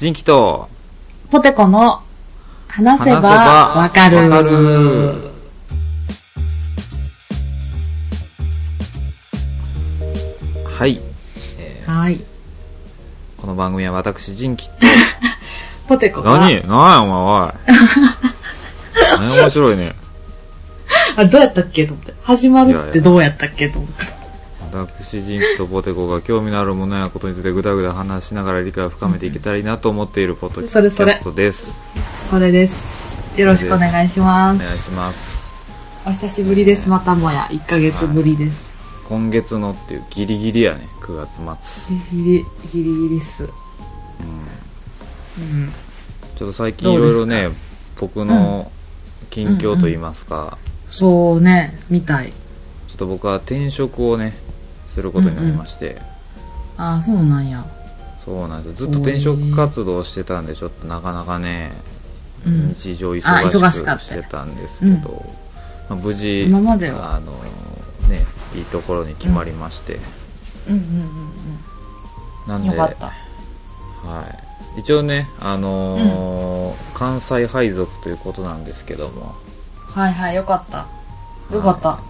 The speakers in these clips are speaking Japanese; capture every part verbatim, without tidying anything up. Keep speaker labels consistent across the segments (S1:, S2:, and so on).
S1: 人気と
S2: ポテコの話せばわかる。わかる。
S1: はい、
S2: えー、はい。
S1: この番組は私人気と
S2: ポテコが
S1: 何何やお前おい何面白いね
S2: あ、どうやったっけと思って、始まるってどうやったっけと思って、
S1: 私人気とポテコが興味のあるものやことについてぐだぐだ話しながら理解を深めていけたらいいなと思っているポッドキャストです。
S2: それです。よろしくお願いします。
S1: お願いします。
S2: お久しぶりです。またもやいっかげつぶりです。
S1: 今月のっていうギリギリやね、くがつ末。
S2: ギリギリギリっす。うん。
S1: うん。ちょっと最近いろいろね、僕の近況といいますか、うんうんうん、
S2: そうね、みたい。
S1: ちょっと僕は転職をねすることになりまして、うんうん、
S2: ああ、そうなんや。
S1: そうなんです。ずっと転職活動してたんで、ちょっとなかなかね、うん、日常忙しくしてたんですけど、うんまあ、無事
S2: 今までは
S1: あのねいいところに決まりまして、
S2: うん、うんうんうんうん
S1: なんで
S2: よかった。
S1: はい、一応ねあのーうん、関西配属ということなんですけども、
S2: はいはい、よかったよかった、はい、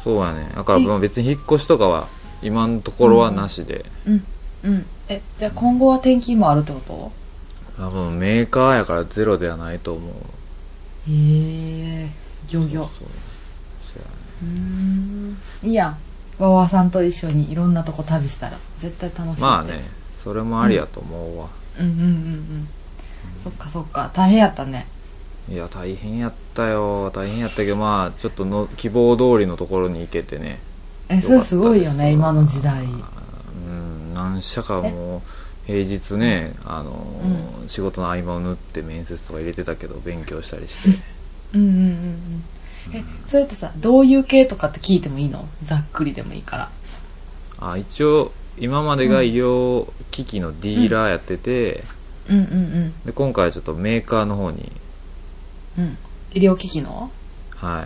S1: そうやね。だから別に引っ越しとかは今のところはなしで、
S2: うんうん、うん、え、じゃあ今後は転勤もあるってこと？
S1: 多分メーカーやからゼロではないと思う。
S2: へえ、ギョギョ。そうそうそうやね。うーん、いいやん。わわさんと一緒にいろんなとこ旅したら絶対楽しい。
S1: まあね、それもありやと思うわ。
S2: うん、うんうんうんうん。そっかそっか、大変やったね。
S1: いや大変やったよ、大変やったけど、まあちょっとの希望通りのところに行けてね。
S2: え、それすごいよね、今の時代。
S1: うん、何社かもう平日ね、あの、うん、仕事の合間を縫って面接とか入れてたけど勉強したりして
S2: うんうんうんうん。え、それってさ、どういう系とかって聞いてもいいの？ざっくりでもいいから。
S1: あ、一応今までが医療機器のディーラーやってて、
S2: うん、うんうんうん
S1: で今回はちょっとメーカーの方に、
S2: うん、医療機器の？
S1: はい。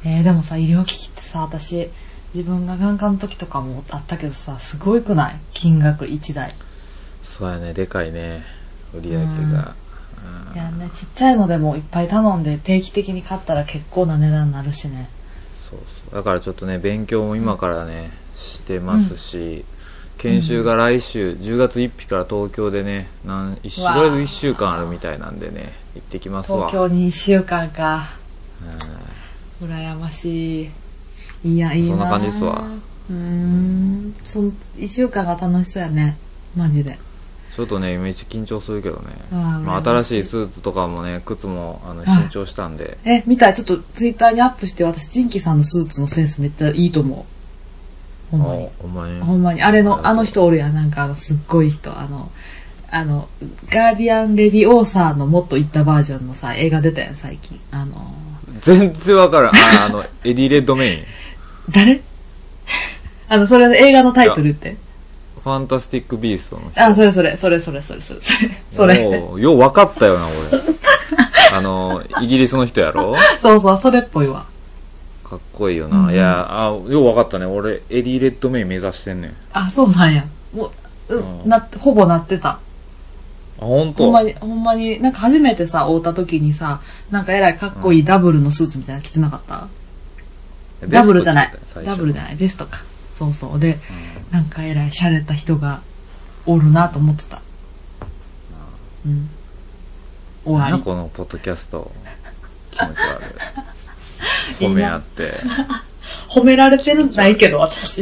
S2: えー、でもさ、医療機器ってさ、私自分が眼科の時とかもあったけどさ、すごいくない？金額いちだい。
S1: そうやね、でかいね、売り上げが。
S2: いやね、ちっちゃいのでもいっぱい頼んで定期的に買ったら結構な値段になるしね。
S1: そうそう、だからちょっとね勉強も今からね、うん、してますし、研修が来週じゅうがつついたちから東京でね、なんとりあえずいっしゅうかんあるみたいなんでね、行ってきますわ。
S2: 東京にいっしゅうかんか、うん、羨ましい。いや、いいな。
S1: そんな感じですわ。
S2: うーん、そのいっしゅうかんが楽しそうやね、マジで。
S1: ちょっとねめっちゃ緊張するけどね。
S2: あ、
S1: まあ、新しいスーツとかもね、靴もあの新調したんで。
S2: え、見たい。ちょっとツイッターにアップして、私ジンキさんのスーツのセンスめっちゃいいと思う。ほんまに。
S1: ほんまに。
S2: ほんまに。あれの、あの人おるやん。なんかあの、すっごい人。あの、あの、ガーディアンレディオーサーのもっといったバージョンのさ、映画出たやん、最近。あのー、
S1: 全然わからん。あ、あの、エディ・レッドメイン。
S2: 誰あの、それの映画のタイトルって。
S1: ファンタスティック・ビーストの人。
S2: あ、それそれ、それそれそれそれ、それ。
S1: よう、よう分かったよな、俺。あの、イギリスの人やろ？
S2: そうそう、それっぽいわ。
S1: かっこいいよな。うんうん、いや、あ、よう分かったね。俺、エディ・レッドメイン目指してんねん。
S2: あ、そうなんや。もう、うん、な、ほぼなってた。あ、
S1: 本当？
S2: ほんまに、ほんまに、なんか初めてさ、会うた時にさ、なんかえらいかっこいいダブルのスーツみたいなの着てなかった？うん、ダブルじゃない。ダブルじゃない。ベストか。そうそう。で、うん、なんかえらい洒落た人がおるなと思ってた。うん。終わり。
S1: 何このポッドキャスト。気持ち悪い。褒め合って。
S2: 褒められてるんないけど、私。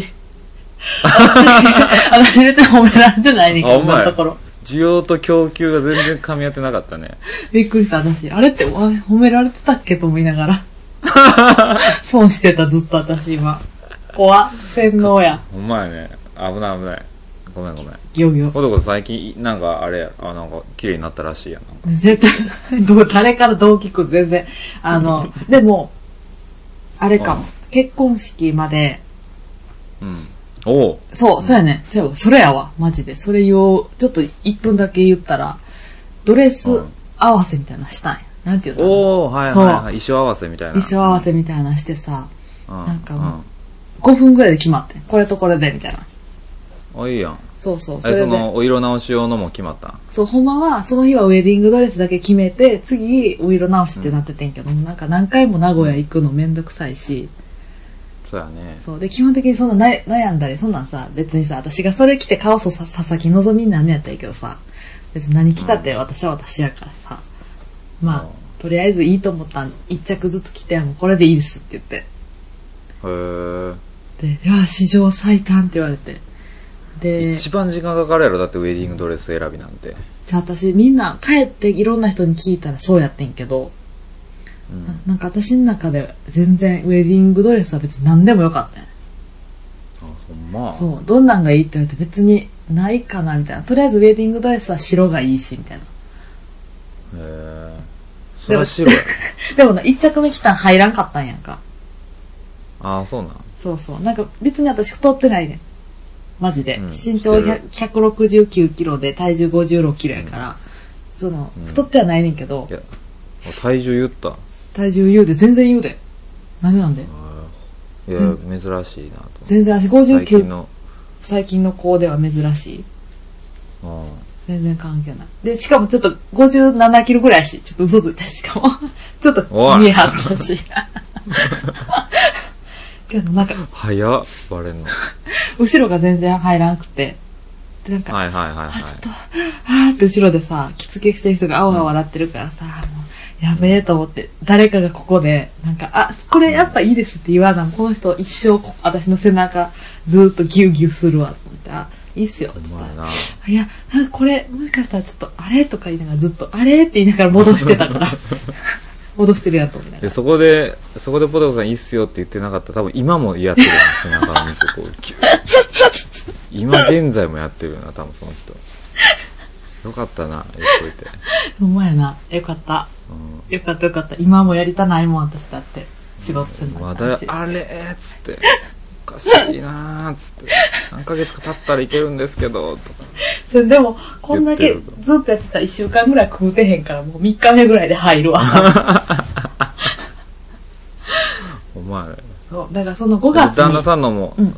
S2: 私別に褒められてないねんけど、今のところ。
S1: 需要と供給が全然噛み合ってなかったね。
S2: びっくりした、私。あれって褒められてたっけと思いながら。損してた、ずっと私今。怖っ、洗脳や。
S1: ほんまやね。危ない危ない。ごめんごめん。
S2: ギョギョ。
S1: ほどこ最近、なんかあれ、あ、なんか綺麗になったらしいやん。
S2: 絶対、どう、誰からどう聞く全然。あの、でも、あれかも。結婚式まで。
S1: うん。おう。
S2: そう、うん、そうやね。そう、それやわ。マジで。それを、ちょっといっぷんだけ言ったら、ドレス合わせみたいなしたんや。なんていうの？
S1: おー、はいはいはい。衣装合わせみたいな。
S2: 衣装合わせみたいなしてさ、うん、なんかもう、ごふんぐらいで決まって。これとこれで、みたいな。
S1: あ、いいやん。
S2: そうそうそう。
S1: それで。その、お色直し用のも決まったん？
S2: そう、ほんまは、その日はウェディングドレスだけ決めて、次、お色直しってなっててんけど、うん、なんか何回も名古屋行くのめんどくさいし。
S1: そうやね。
S2: そう。で、基本的にそんな悩んだり、そんなんさ、別にさ、私がそれ着て顔そさ、佐々木希になんねやったらいいけどさ、別に何着たって私は私やからさ、うん、まあ、とりあえずいいと思ったん、一着ずつ着て、もうこれでいいですって言って。
S1: へー。
S2: で、いや、史上最短って言われて。で、
S1: 一番時間かかるやろ、だってウェディングドレス選びなんて。
S2: じゃあ私みんな帰っていろんな人に聞いたらそうやってんけど、うん、な, なんか私の中で全然ウェディングドレスは別に何でもよかったんや。
S1: あ、そんま。
S2: そう、どんなんがいいって言われて別にないかなみたいな。とりあえずウェディングドレスは白がいいしみたいな。
S1: へー。それは白や。
S2: でもな、一着目着たん入らんかったんやんか。
S1: ああ、そうなん。
S2: そうそう。なんか別に私太ってないね。マジで。うん、身長ひゃくろくじゅうきゅうキロで体重ごじゅうろっキロやから、うん、その、うん、太ってはないねんけど。
S1: いや、体重言った？
S2: 体重言うで、全然言うで。なんでなんで？
S1: いや、珍しいなと。
S2: 全然足ごじゅうきゅう、最近の、最近の子では珍しい。
S1: あ
S2: 全然関係ない。で、しかもちょっとごじゅうななキロぐらいし、ちょっと嘘ついたしかも。ちょっと見えはったし。けどなんか。
S1: 早っ、バレんの。
S2: 後ろが全然入らなくて。で、なんか、
S1: はいはいはい、はい。
S2: あ、ちょっと、あーって後ろでさ、着付けしてる人があわあわなってるからさ、うん、もうやべえと思って、誰かがここで、なんか、あ、これやっぱいいですって言わな、この人一生私の背中ずーっとギュウギュウするわと思って、あ、いいっすよって言ったら、いや、なんかこれ、もしかしたらちょっと、あれとか言いながらずっと、あれって言いながら戻してたから、戻してるやと思いながら。
S1: で、そこで、そこでポテコさんいいっすよって言ってなかったら多分今もやってるよ、背中を見てこう、キュッ今現在もやってるよな、多分その人。よかったな、言っといて。
S2: ほんまやな、よかった。うん、よかったよかった。今もやりたないもん、私だって。仕事するの。
S1: まだ、あれーっつって。おかしいなーっつって。何ヶ月か経ったらいけるんですけど、とか。
S2: それでも、こんだけずっとやってたらいっしゅうかんぐらい食うてへんから、もうみっかめぐらいで入るわ。
S1: お前。
S2: そう、だからそのごがつに。
S1: 旦那さんのも、うん、うん、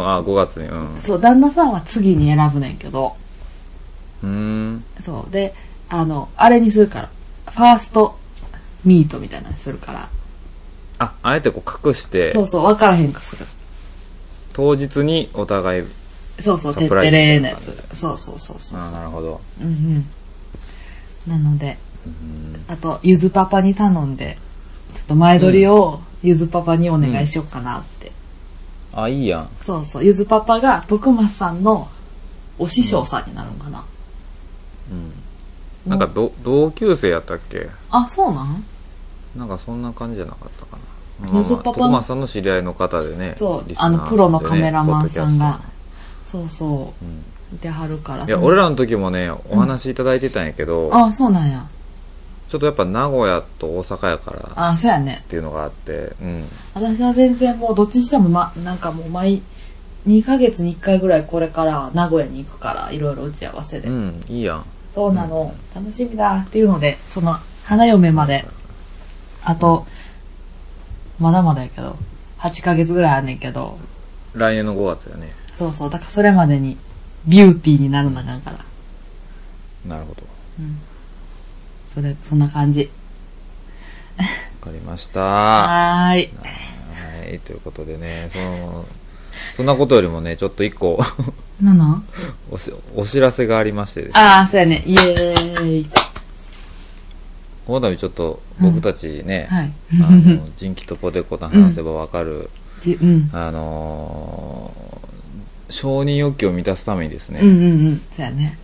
S1: あ、ごがつに、うん。
S2: そう、旦那さんは次に選ぶねんけど。
S1: うーん。
S2: そう、で、あの、あれにするから。ファーストミートみたいなのにするから。
S1: あ、あえてこう隠して。
S2: そうそう、分からへんくする。
S1: 当日にお互い。
S2: そうそう、てってれーのやつ。そうそうそうそう。
S1: あ、なるほど。
S2: うんうん。なので、あと、ゆずパパに頼んで、ちょっと前撮りをゆずパパにお願いしようかなって。
S1: うん、あ、いいやん。
S2: そうそう、ゆずパパが徳松さんのお師匠さんになるのかな。
S1: うん。うんなんかど同級生やったっけ？
S2: あ、そうなん？
S1: なんかそんな感じじゃなかったかな。まあ、
S2: ゆずパパ
S1: 徳松さんの知り合いの方でね。
S2: そう、あのプロのカメラマンさんが、そうそう、うん、いてはるから。
S1: いや、俺らの時もね、お話いただいてたんやけど。
S2: うん、あ、そうなんや。
S1: ちょっとやっぱ名古屋と大阪やから。
S2: あ、そうやね。
S1: っていうのがあって、うん。
S2: 私は全然もうどっちにしてもま、なんかもう毎、にかげつにいっかいぐらいこれから名古屋に行くから、いろいろ打ち合わせで。
S1: うん、いいやん。
S2: そうなの、うん、楽しみだっていうので、その花嫁まであとまだまだやけどはちかげつぐらいあんねんけど、
S1: 来年のごがつやね。
S2: そうそう、だからそれまでにビューティーになるんだから。
S1: なるほど。
S2: うん。それそんな感じ。
S1: わかりました。
S2: はーい。
S1: はい、ということでね、そのそんなことよりもね、ちょっと一個
S2: 何の
S1: おしお知らせがありましてですね。
S2: ああ、そうやね。イエーイ。
S1: この度ちょっと僕たちね、
S2: うんはい、
S1: あの人気とポテコと話せばわかる、
S2: うん、
S1: あのー、承認欲求を満たすためにですね、
S2: うんうんうん、そうやね。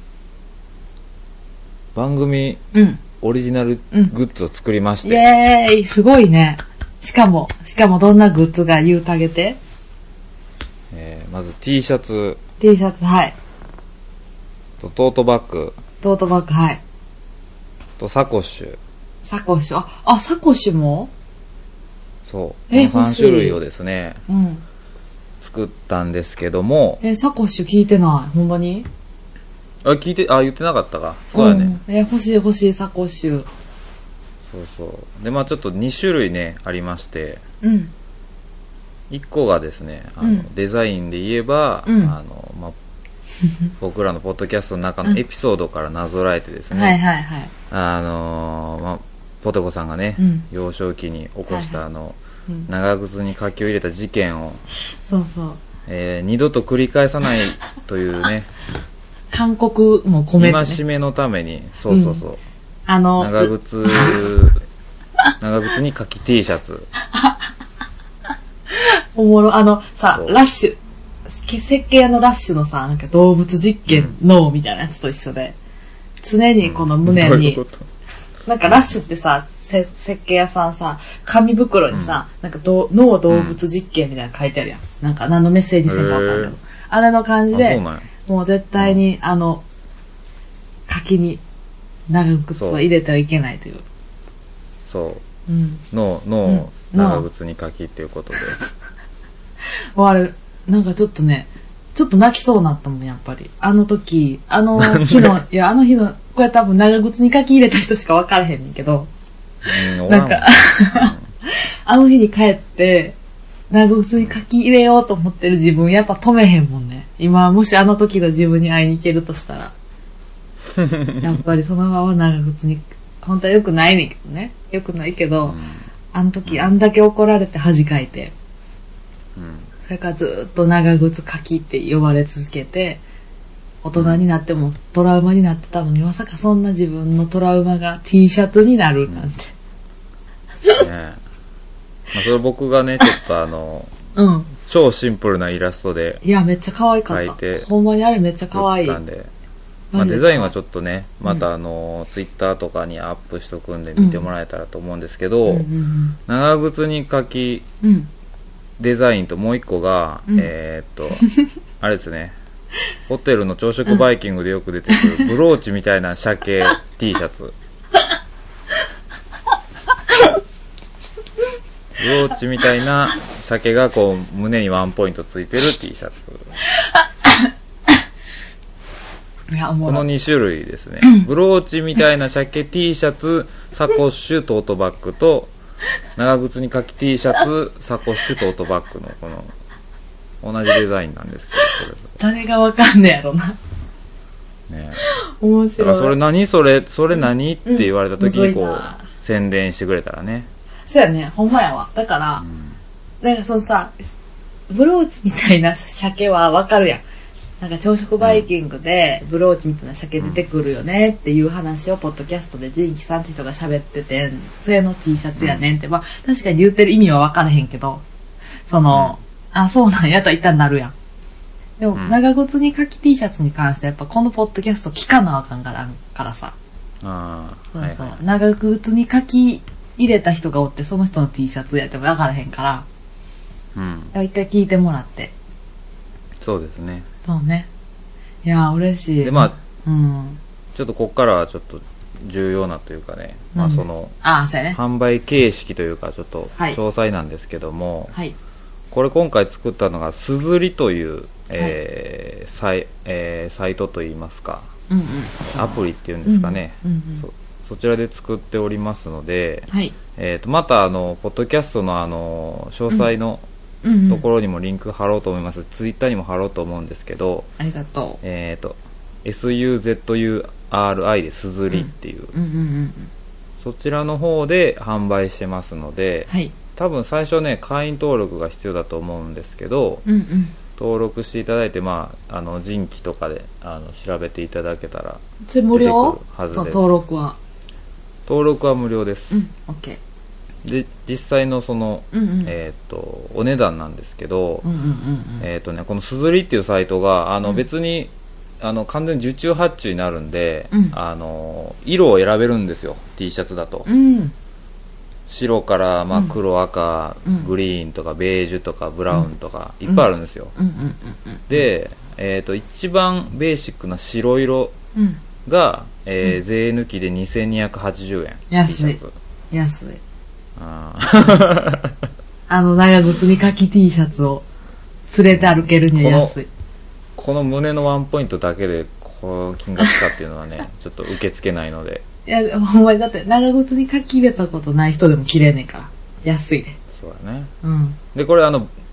S1: 番組、オリジナルグッズを作りまして、
S2: うん、イエーイ、すごいね。しかも、しかもどんなグッズが言うてあげて。
S1: えー、まず T シャツ
S2: T シャツ、はい。
S1: とトートバッグ
S2: トートバッグ、はい。
S1: とサコッシュ。
S2: サコッシュ、あ、あ、サコッシュも
S1: そう。このさん種類をですね、うん、作ったんですけども。
S2: え、サコッシュ聞いてない。ほんまに？
S1: あ、聞いて、あ、言ってなかったか。そうやね。
S2: うん、え、欲しい欲しいサコッシュ。
S1: そうそう。で、まあちょっとに種類ね、ありまして。
S2: うん。
S1: いっこがですね、あの、うん、デザインで言えば、うん、あの、まあ、 僕らのポッドキャストの中のエピソードからなぞらえてですね、
S2: はいはいはい。
S1: あのーまあ、ポテコさんがね、
S2: うん、
S1: 幼少期に起こした、
S2: はいはい、
S1: あの、
S2: うん、
S1: 長靴に柿を入れた事件を、
S2: そうそう。
S1: えー、二度と繰り返さないというね、
S2: 韓国も込めて、ね。
S1: 戒めのために、そうそうそう。うん、
S2: あの、
S1: 長靴、長靴に柿 T シャツ。
S2: おもろ、あの、さ、ラッシュ、設計のラッシュのさ、なんか動物実験脳みたいなやつと一緒で、常にこの胸に、うん、ううなんかラッシュってさ、設計屋さんさ、紙袋にさ、うん、なんかど脳動物実験みたいなの書いてあるやん。なんか何のメッセージ性かわかんないけど。あれの感じで、もう絶対に、うん、あの、柿に長靴は入れてはいけないという。
S1: そう。
S2: うん、
S1: 脳、脳、うん、長靴に柿っていうことで。
S2: もうあれ、なんかちょっとね、ちょっと泣きそうになったもん、やっぱり。あの時、あの日の、いや、あの日の、これ多分長靴に柿入れた人しか分からへんねんけど、うん、なんか、あの日に帰って、長靴に柿入れようと思ってる自分、やっぱ止めへんもんね。今、もしあの時の自分に会いに行けるとしたら。やっぱりそのまま長靴に、本当は良くないねんけどね。良くないけど、うん、あの時、あんだけ怒られて恥かいて、うん、それからずっと長靴柿って呼ばれ続けて、大人になってもトラウマになってたのに、まさかそんな自分のトラウマが T シャツになるなんて。
S1: うん、ねえ。まあ、それ僕がね、ちょっとあの、
S2: うん、
S1: 超シンプルなイラストで。
S2: いや、めっちゃ可愛かった。ほんまにあれめっちゃ可愛い。
S1: なんで、まあ、デザインはちょっとね、またあの、ツイッターとかにアップしとくんで見てもらえたらと思うんですけど、うんうんうん、長靴に柿、うん、デザインともう一個が、うん、えー、っと、あれですね、ホテルの朝食バイキングでよく出てくるブローチみたいな鮭 T シャツ。ブローチみたいな鮭がこう胸にワンポイントついてる T シャツ。
S2: いや、もう
S1: このに種類ですね。ブローチみたいな鮭 T シャツ、サコッシュ、トートバッグと、長靴に柿 T シャツ、サコッシュ、トートバッグのこの同じデザインなんですけど、それぞれ。
S2: 誰がわかんねやろな。ね
S1: え。
S2: 面白い。
S1: だからそれ何それ、それ何、うん、って言われた時にこう、宣伝してくれたらね。
S2: そうやね、ほんまやわ。だから、うん、なんかそのさ、ブローチみたいな鮭はわかるやん。なんか朝食バイキングでブローチみたいな鮭出てくるよねっていう話をポッドキャストでジンキさんって人が喋ってて、それの T シャツやねんって、まあ確かに言ってる意味は分からへんけど、その、うん、あ、そうなんやと一旦なるやん。でも、うん、長靴に柿 T シャツに関してやっぱこのポッドキャスト聞かなあかんからからさ。
S1: あ
S2: そうそう、はいはい。長靴に柿入れた人がおってその人の T シャツやっても分からへんから、うん。一回聞いてもらって。
S1: そうですね。
S2: そうね。いやー嬉しい。
S1: でまあ、
S2: うん、
S1: ちょっとこっからはちょっと重要なというかね、うん、まあその
S2: あそうやね、
S1: 販売形式というかちょっと詳細なんですけども、
S2: はい、
S1: これ今回作ったのがすずりという、えーはいサイえー、サイトといいますか、
S2: うんうん、
S1: アプリっていうんですかね、
S2: うんうんうん、
S1: そ, そちらで作っておりますので、
S2: はい
S1: えー、とまたあのポッドキャストのあの詳細の、うんところにもリンク貼ろうと思います。ツイッターにも貼ろうと思うんですけど、
S2: ありがとう。
S1: えっ、ー、と エスユーゼットユーアールアイ ですずりっていう、
S2: うんうんうんうん、
S1: そちらの方で販売してますので、
S2: はい、
S1: 多分最初ね会員登録が必要だと思うんですけど、
S2: うんうん、
S1: 登録していただいて、まああの人気とかであの調べていただけたら
S2: それ無料？
S1: はずです。
S2: そう登録は
S1: 登録は無料です。
S2: うん、オッケー。
S1: で実際のその、
S2: うんうん
S1: えー、とお値段なんですけど、
S2: うんうんうんうん、
S1: えーとね、このすずりっていうサイトがあの、うん、別にあの完全に受注発注になるんで、
S2: うん、
S1: あの色を選べるんですよ T シャツだと、
S2: うん、
S1: 白から、まあ、黒、
S2: うん、
S1: 赤、
S2: うん、
S1: グリーンとかベージュとかブラウンとか、うん、いっぱいあるんですよ、
S2: うんうんうんうん、
S1: で、えーと、一番ベーシックな白色が、うん、えー、税抜きでにせんにひゃくはちじゅうえん。
S2: 安い安い。
S1: あ,
S2: あの長靴に柿 T シャツを連れて歩けるには安い。
S1: この、この胸のワンポイントだけでこの金額かっていうのはねちょっと受け付けないので。
S2: いやほんまにだって長靴に柿入れたことない人でも着れねえから安いで。
S1: そうだね、
S2: うん、
S1: でこれあの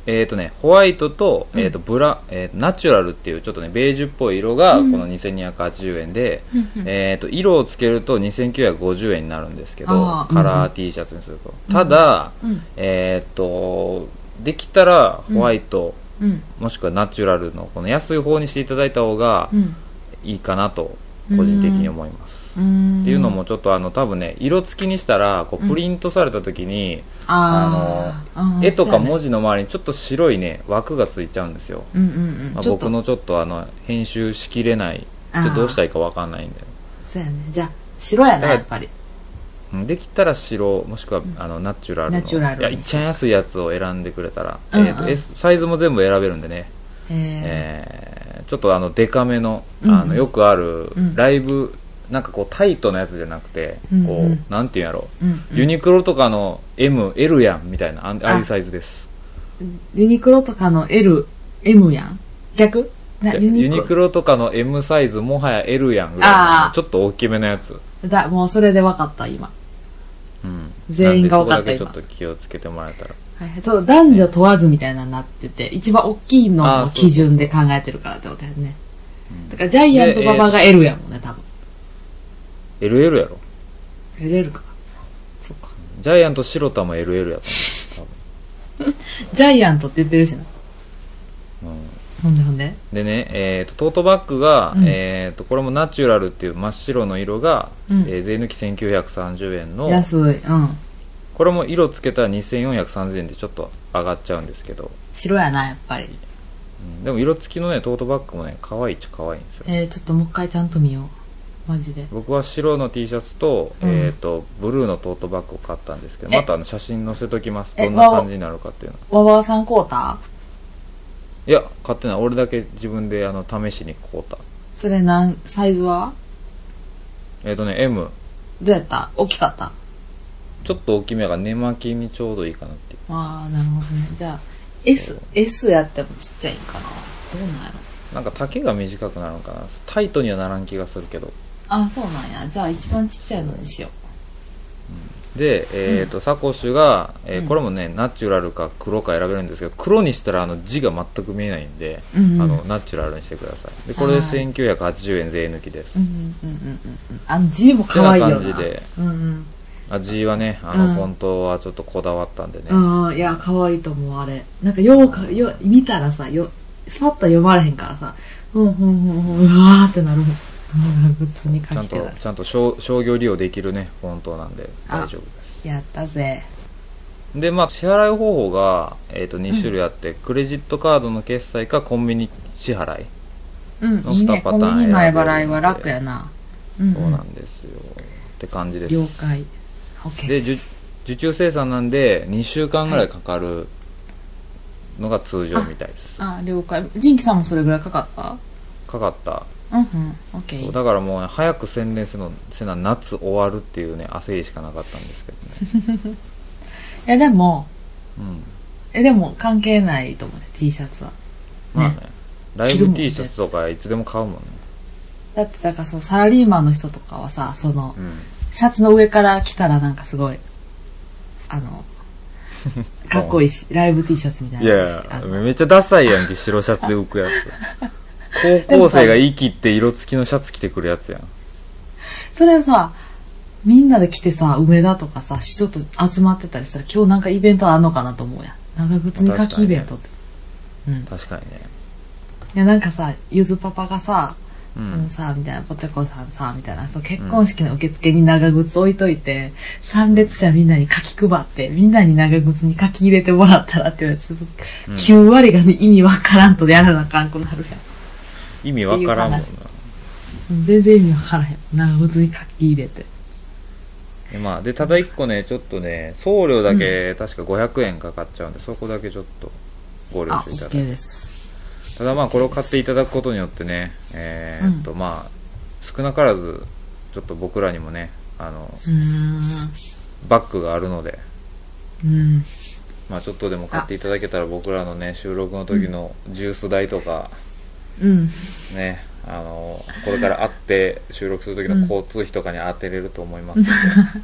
S1: えっ、ー、とね、ホワイトと、えっ、ー、と、ブラ、えーと、ナチュラルっていうちょっとね、ベージュっぽい色がこのにせんにひゃくはちじゅうえんで、うん、えっ、ー、と、色をつけるとにせんきゅうひゃくごじゅうえんになるんですけど、カラー T シャツにすると。うん、ただ、うん、えっ、ー、と、できたらホワイト、うん、もしくはナチュラルのこの安い方にしていただいた方がいいかなと、個人的に思います。っていうのもちょっとあの多分ね色付きにしたらこうプリントされた時に、うん、あの絵とか文字の周りにちょっと白いね枠がついちゃうんですよ、うんうんうんまあ、僕のちょっとあの編集しきれないちょっとどうしたらいいか分かんないんで
S2: そうやねじゃあ白やなやっぱり
S1: できたら白もしくはあのナチュラルの
S2: ナチュラル
S1: いや一番安いやつを選んでくれたら、うんうんえーと S、サイズも全部選べるんでねえー、ちょっとあのデカめの、あの、うんうん、よくあるライブ、うんなんかこうタイトなやつじゃなくて、うんうん、こうなんていうんやろ、うんうん、ユニクロとかの エム、エル やんみたいなああいうサイズです。
S2: ユニクロとかの エル、エム やん逆
S1: ユニ, ユニクロとかの エム サイズもはや エル やんぐらいちょっと大きめのやつ。
S2: だもうそれで分かった今。うん。全員が分かった今。
S1: そこだけちょっと気をつけてもらえたら。
S2: はい、そう男女問わずみたいなのになってて、一番大きいのを基準で考えてるからってことだよね。だからジャイアントババが エル やもんね多分。
S1: エルエル やろ
S2: エルエル かそうか
S1: ジャイアント白田も エルエル やと思う多分
S2: ジャイアントって言ってるしな、うん、ほんでほんで
S1: でね、えー、とトートバッグが、うんえー、とこれもナチュラルっていう真っ白の色が、うんえー、税抜きせんきゅうひゃくさんじゅうえんの
S2: 安い、うん、
S1: これも色つけたらにせんよんひゃくさんじゅうえんでちょっと上がっちゃうんですけど
S2: 白やなやっぱり、
S1: うん、でも色付きのねトートバッグもね可愛いっちゃ可愛いんですよ
S2: えー、ちょっともう一回ちゃんと見ようマジで
S1: 僕は白の T シャツと、うんえー、とブルーのトートバッグを買ったんですけどまたあの写真載せときますどんな感じになるかっていう
S2: のわわさん買うた
S1: いや買ってない俺だけ自分であの試しに買うた
S2: それなんサイズは
S1: えっ、ー、とね エム
S2: どうやった大きかった
S1: ちょっと大きめが寝巻きにちょうどいいかなっていう
S2: ああなるほどねじゃあ S, S やってもちっちゃいんかなどうなんやろ
S1: なんか丈が短くなるのかなタイトにはならん気がするけど
S2: あそうなんやじゃあ一番ちっちゃいのにしよ
S1: う、うん、で、えーとうん、サコッシュが、えーうん、これもねナチュラルか黒か選べるんですけど黒にしたらあの字が全く見えないんで、うんうん、あのナチュラルにしてくださいでこれでせんきゅうひゃくはちじゅうえん税抜きです、うんうんうんうん、
S2: あの字も可愛いよな
S1: 感じで、うんうん、あ字はねあの、うん、フォントはちょっとこだわったんでね
S2: うんいや可愛いと思うあれなんかようかよ見たらさよスパッと読まれへんからさうんうんうんうわーってなるもん普通に書きてた
S1: ちゃんとちゃんと 商, 商業利用できるねフォントなんで大丈夫です
S2: やったぜ
S1: でまあ支払い方法が、えー、とに種類あって、うん、クレジットカードの決済かコンビニ支払いのにパターン選べるんで、うん、いいねコンビニ前
S2: 払いは楽やな、
S1: うんうん、そうなんですよって感じです
S2: 了解 OK
S1: で受注生産なんでにしゅうかんぐらいかかるのが通常みたいです、
S2: はい、ああ了解ジンキさんもそれぐらいかかった
S1: かかった
S2: うんうん、OK
S1: だからもう、ね、早く宣伝するのせな夏終わるっていうね焦りしかなかったんですけどね
S2: いやでも、うん、えでも関係ないと思うね T シャツは、ね、
S1: まあねライブ T シャツとかいつでも買うもんね
S2: だってだからそうサラリーマンの人とかはさその、うん、シャツの上から着たらなんかすごいあのかっこいいしライブ T シャツみたいな。いや
S1: めっちゃダサいやんけ白シャツで浮くやつ高校生が言い切って色付きのシャツ着てくるやつやん。
S2: それさみんなで来てさ梅田とかさちょっと集まってたりしたら今日なんかイベントあんのかなと思うやん長靴に書きイベントって、
S1: うん、確かにね。
S2: いやなんかさゆずパパがさ、うん、あのさみたいなポテコさんさみたいなそう結婚式の受付に長靴置いといて、うん、参列者みんなに書き配ってみんなに長靴に書き入れてもらったらっていうやつ、うん、きゅう割がね意味わからんとでやらなあかんくなるやん。
S1: 意味わからんもんな。
S2: 全然意味わからへん。長靴に書き入れて。
S1: でまあでただ一個ねちょっとね送料だけ確かごひゃくえんかかっちゃうんで、うん、そこだけちょっとご了承いただいて。
S2: あ、OK です。
S1: ただまあこれを買っていただくことによってね、えー、っと、うん、まあ少なからずちょっと僕らにもねあのうーんバッグがあるので、うん、まあちょっとでも買っていただけたら僕らのね収録の時のジュース代とか、うん、ねあのこれから会って収録する時の交通費とかに当てれると思いますの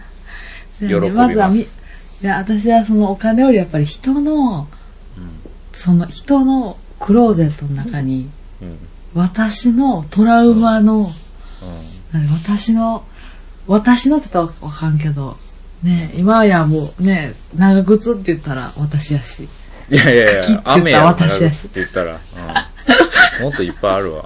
S1: で、うん、喜びます。まずはみいや私はそのお金よりやっぱり人の
S2: その人のクローゼットの中に、
S1: うん、
S2: 私のトラウマの、うん、私の、私のって言ったらわかんけど、ね、今やもうね、長靴って言ったら私やし。
S1: いやいやいや、雨や
S2: 私やし
S1: って言ったら、うん、もっといっぱいあるわ。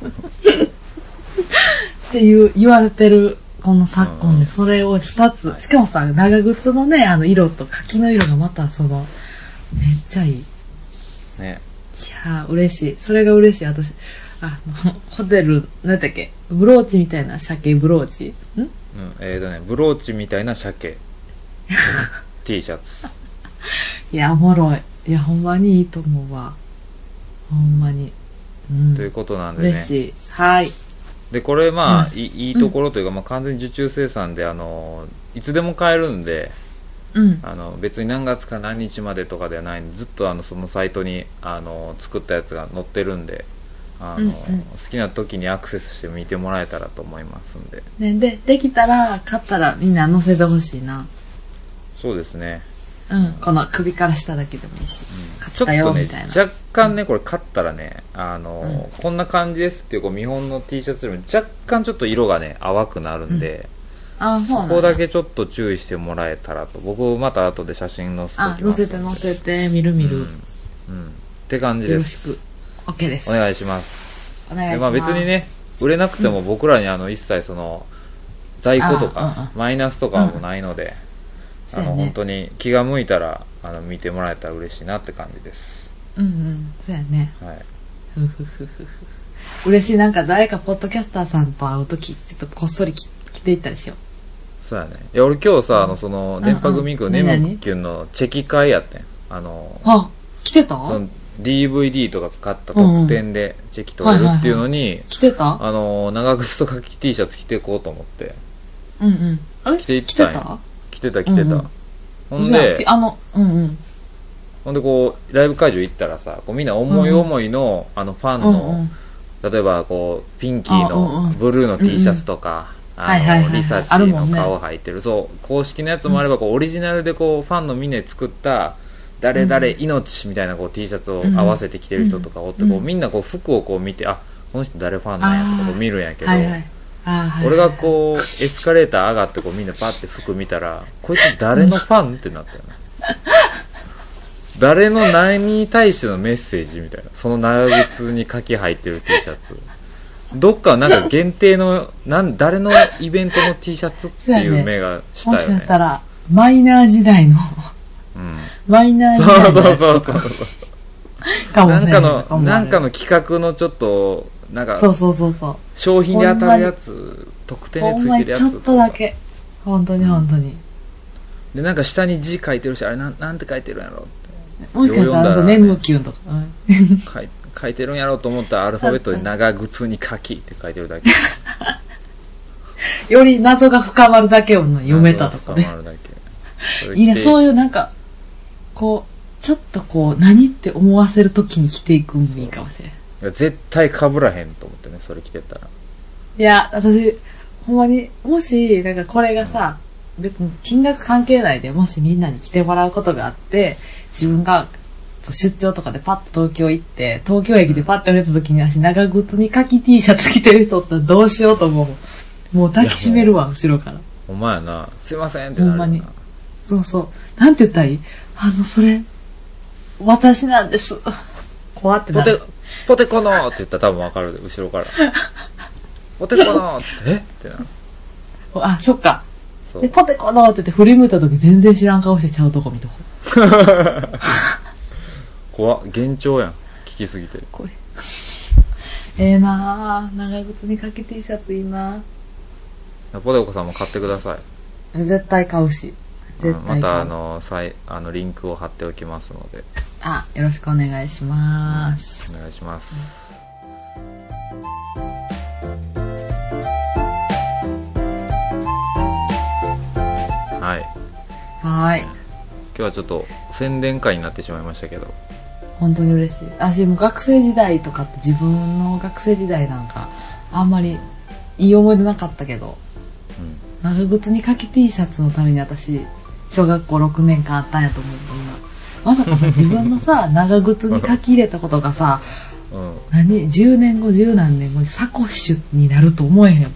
S2: っていう言われてるこの昨今で、それを二つ、しかもさ、長靴のね、あの色と柿の色がまたその、めっちゃいい。
S1: ね。
S2: いやー、嬉しい。それが嬉しい。私、あの、ホテル、なんだっけ、ブローチみたいな鮭ブローチんうん、
S1: えーとね、ブローチみたいな鮭。T シャツ。
S2: いや、おもろい。いや、ほんまにいいと思うわ。ほんまに。うん。
S1: ということなんでね。
S2: 嬉しい。はい。
S1: で、これまあ、いい、いいところというか、まあ完全に受注生産で、あの、いつでも買えるんで、
S2: うん、
S1: あの別に何月か何日までとかではないんで、ずっとあのそのサイトにあの作ったやつが載ってるんで、あの、うんうん、好きな時にアクセスして見てもらえたらと思いますんで、
S2: ね、でできたら買ったらみんな載せてほしいな。
S1: そうですね、
S2: うん、この首から下だけでもいいし、うん、買ったよみたいな。
S1: ちょっとね、若干ねこれ買ったらね、あの、うん、こんな感じですっていうこう見本の T シャツよりも若干ちょっと色がね淡くなるんで、うん、あ、そうなんだ。そこだけちょっと注意してもらえたらと。僕また後で写真載せておきます。
S2: あ、載せて載せて、見る見る、うん、
S1: うん、って感じです。
S2: よろしく OK です。
S1: お願いします。
S2: お願いします。で、
S1: まあ別にね売れなくても僕らにあの一切その在庫とかマイナスとかもないので、うん、あの、ね、本当に気が向いたらあの見てもらえたら嬉しいなって感じです。
S2: うんうん、そうやね。
S1: はい。
S2: ふふふふふ。嬉しい。なんか誰かポッドキャスターさんと会うときちょっとこっそり来ていったりしよう。
S1: そうやね。いや俺今日さ、うん、あのその電波組くん、うんうん、ネムキュンのチェキ会やってん。あの
S2: あ、来てた？
S1: ディーブイディー とか買った特典でチェキ取れるっていうのに、うんうんはいはいはい、
S2: 来てた？
S1: あの長靴とか T シャツ着ていこうと思って。
S2: うんうん。あれ？
S1: 着ていったんや。着てた着てた。うんうん、ほんで
S2: あのうんうん。
S1: ほんでこうライブ会場行ったらさ、こうみんな思い思いの、うん、あのファンの、うんうん、例えばこうピンキーのブルーの T シャツとか。うんうん、あの、はいはいはいはい、リサチの顔入ってる、ね、そう公式のやつもあればこうオリジナルでこうファンのみんなで作った誰々命みたいなこう T シャツを合わせて着てる人とかおって、こうみんなこう服をこう見て、あ、この人誰ファンなんやとかこう見るんやけど、はいはい、俺がこうエスカレーター上がってこうみんなパッて服見たら、こいつ誰のファンってなったよね。誰の何に対してのメッセージみたいな、その長靴に書き入ってる T シャツどっかなんか限定のなん誰のイベントの T シャツっていう目がしたよね。もしかしたら
S2: マイナー時代の、うん、マイナー時代のやつとか。
S1: そうそうそうそう。なんかのなんかの企画のちょっとなんか
S2: そうそうそうそう
S1: 商品で当たるやつ、特典でついてるやつ
S2: ちょっとだけ本当に本当に、うん、
S1: でなんか下に字書いてるし、あれなんなんて書いてるんやろって。
S2: もしかしたらネムキュンとか、うん、
S1: 書いて書いてるんやろうと思ったらアルファベットで長靴に書きって書いてるだけ。
S2: より謎が深まるだけを読めたとかね。深まるだけ。いいね、そういうなんかこうちょっとこう何って思わせるときに着ていくのもいいかもしれない。
S1: 絶対被らへんと思ってね、それ着てたら。
S2: いや私ほんまにもしなんかこれがさ、うん、別に金額関係ないでもしみんなに着てもらうことがあって自分が出張とかでパッと東京行って東京駅でパッと降りた時に私長靴にカキ T シャツ着てる人ってどうしようと思う。もう抱きしめるわ後ろから。
S1: お前やな、すいませんってなるよな。ほんまに
S2: そうそう、なんて言ったらいい、あのそれ私なんです怖ってなる。
S1: ポテポテコノーって言ったら多分わかるで、後ろからポテコノーってえってなる。
S2: あ、そっか。でポテコノーって言って振り向いた時全然知らん顔してちゃうとこ見とこ
S1: 怖っ、幻聴やん、聞きすぎて。
S2: 怖い。ええなぁ、長靴にかけ T シャツいいな
S1: ぁ。ポテコさんも買ってくださ
S2: い。絶対買うし。絶対買う。
S1: またあのさいあのリンクを貼っておきますので。
S2: あ、よろしくお願いします。
S1: うん、お願いします。うん、はい。
S2: はい。
S1: 今日はちょっと宣伝会になってしまいましたけど。
S2: 本当に嬉しい。私も学生時代とかって自分の学生時代なんかあんまりいい思い出なかったけど、うん、長靴にかけ T シャツのために私小学校ろくねんかんあったんやと思う。今まさかさ、自分のさ、長靴に書き入れたことがさ、
S1: うん、
S2: 何じゅうねんご、じゅう何年後にサコッシュになると思えへんもんね。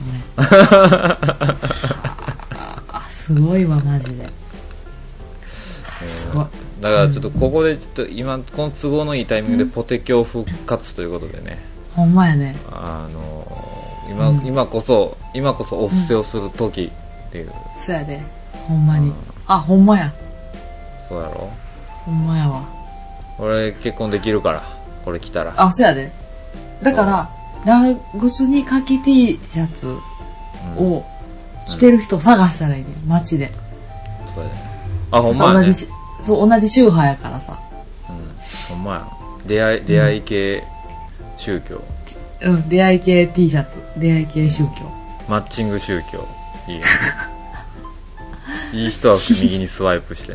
S2: あ、すごいわ、マジで。すごい。
S1: だからちょっとここでちょっと今この都合のいいタイミングでポテキョ復活ということでね、
S2: ほんまやね。
S1: あのー、今、うん、今こそ今こそお布施をする時っていう、うん、
S2: そうやで、ほんまに、うん、あ、ほんまや、
S1: そうやろ、
S2: ほんまやわ。
S1: 俺結婚できるからこれ着たら。
S2: あ、そうやで。だから長靴にかき T シャツを着てる人を探したらいいね、街で。
S1: そうやね。あ、ほんまやね。
S2: 同じそう、同じ宗派やからさ。
S1: うん、ほんまや。出会い、出会い系宗教。
S2: うん、出会い系 T シャツ。出会い系宗教。
S1: マッチング宗教。いいね。いい人は右にスワイプしてな。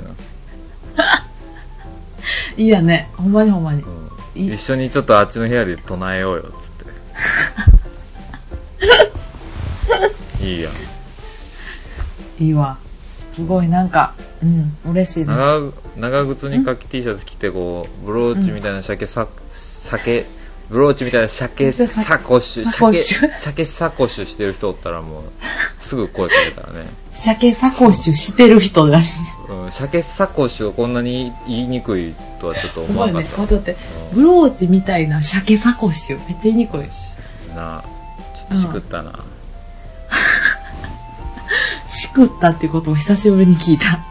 S2: いいやね。ほんまにほんまに、
S1: うん。一緒にちょっとあっちの部屋で唱えようよ、つって。いいやん。
S2: いいわ。すごいなんか、うん、嬉しいです。
S1: 長, 長靴にかき T シャツ着てこうブローチみたいな鮭さ、鮭ブローチみたいな鮭サコッシュ鮭鮭サコッシュしてる人おったらもうすぐ声かけたらね。
S2: 鮭サコッシュしてる人がね。
S1: うん、鮭サコッシュがこんなに言いにくいとはちょっと思わなかった。
S2: すごいね。だって、うん、ブローチみたいな鮭サコッシュめっちゃ言いにくいし。
S1: なあ、ちょっとしくったな。うん
S2: しくったってことを久しぶりに聞いた。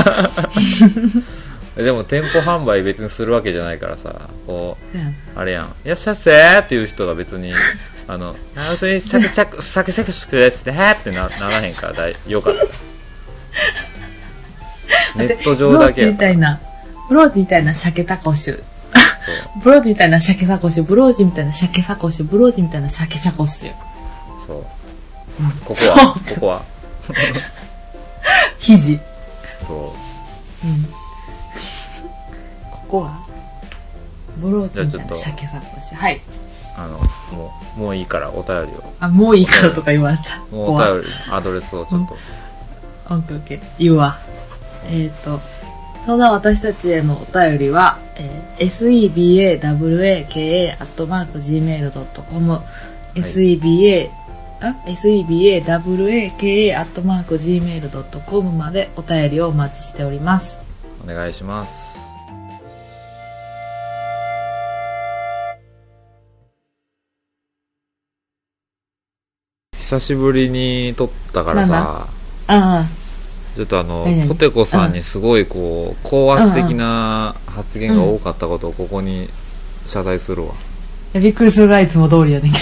S1: でも店舗販売別にするわけじゃないからさ、こう、うん、あれやん、いらっしゃっせーっていう人が別にあの本当にシャクシャクシャクシャクシャクですねーってな、ならへんからだいよかった。ネット上だけやから。
S2: ブローチみたいな鮭タコシュ。ブローチみたいな鮭タコシュ、ブローチみたいな鮭タコシュ、ブローチみたいな鮭タコシュ。
S1: そう。うん、ここはここは。
S2: 肘。
S1: そう。
S2: うん。ここはブローチみたいな鮭サコッシュ。はい。
S1: あのもうもういいからお便りを。
S2: あ、もういいからとか言われた。
S1: もうお便りアドレスをちょっと。
S2: オッケーオッケー。言うわ。えっとそんな私たちへのお便りは、えー、セバケアットマークジーメールドットコム セバセバケアットマークジーメールドットコム までお便りをお待ちしております。
S1: お願いします。久しぶりに撮ったからさ、
S2: ああ
S1: ちょっとあのポテコさんにすごいこう高圧的な発言が多かったことをここに謝罪するわ。
S2: いやびっくりするぐらいいつも通りやねんけど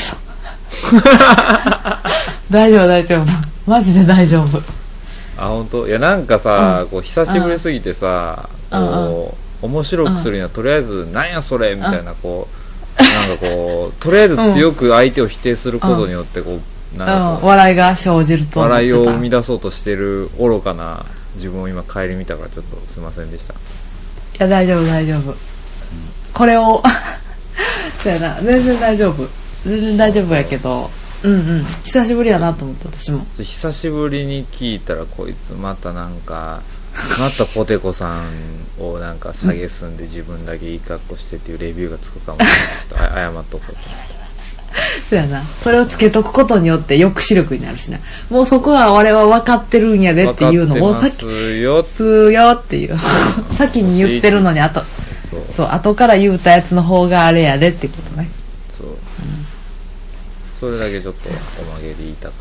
S2: 大丈夫大丈夫マジで大丈夫。
S1: あ、本当？いやなんかさ、うん、こう久しぶりすぎてさ、うん、こう、うん、面白くするにはとりあえずなんやそれみたいなこう、なんかこうとりあえず強く相手を否定することによってこう
S2: なんか笑いが生じると
S1: 笑いを生み出そうとしてる愚かな自分を今顧みたからちょっとすいませんでした。い
S2: や大丈夫大丈夫、うん、これをそうやな全然大丈夫全然大丈夫やけどうんうん久しぶりやなと思って私も
S1: 久しぶりに聞いたらこいつまたなんかまたポテコさんをなんか下げすんで自分だけいい格好してっていうレビューがつくかもしれない。ちょっと謝っとこうと思って
S2: そうやな。それをつけとくことによって抑止力になるしな。もうそこは俺は分かってるんやでっていうのをさっき
S1: よ
S2: すよっていう先に言ってるのにあとそうそう後から言うたやつの方があれやでってことね。
S1: そう、うん、それだけちょっとおまけで言いたかった。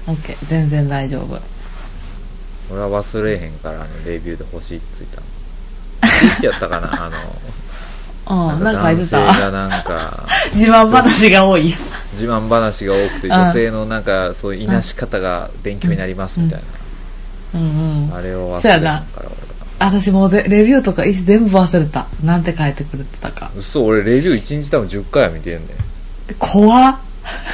S2: オッケー全然大丈夫。
S1: 俺は忘れへんからねレビューで星いちついたの。星いちやったかなあの。
S2: うん、なんか
S1: 男性がなんか
S2: 自慢話が多い
S1: 自慢話が多くて女性のなんかそういういなし方が勉強になりますみたいな、うんうんうん、あれを忘れたから俺は
S2: 私もうレビューとか全部忘れたなんて書いてくれてたか。
S1: 嘘俺レビューいちにち多分じゅっかいは見てんねん。
S2: 怖っ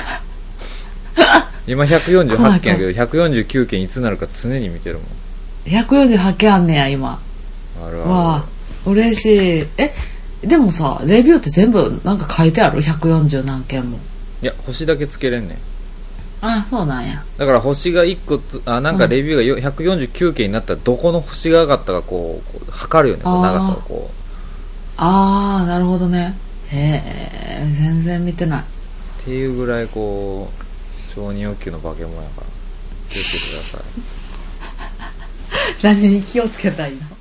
S1: 今ひゃくよんじゅうはちけんやけどひゃくよんじゅうきゅうけんいつなるか常に見てるもん。
S2: ひゃくよんじゅうはちけんあんねや今。
S1: あるある。
S2: わあ嬉しい。えでもさレビューって全部なんか書いてあるひゃくよんじゅうなんけんも。
S1: いや星だけつけれんねん。
S2: あ、そうなんや。
S1: だから星がいっこつ、あ、なんかレビューがよひゃくよんじゅうきゅうけんになったらどこの星が上がったかこう、こう測るよね、こう長さをこう。
S2: あー、なるほどね。へえ、全然見てない。
S1: っていうぐらいこう、承認欲求の化け物やから、気をつけてください。
S2: 何に気をつけたらいいの？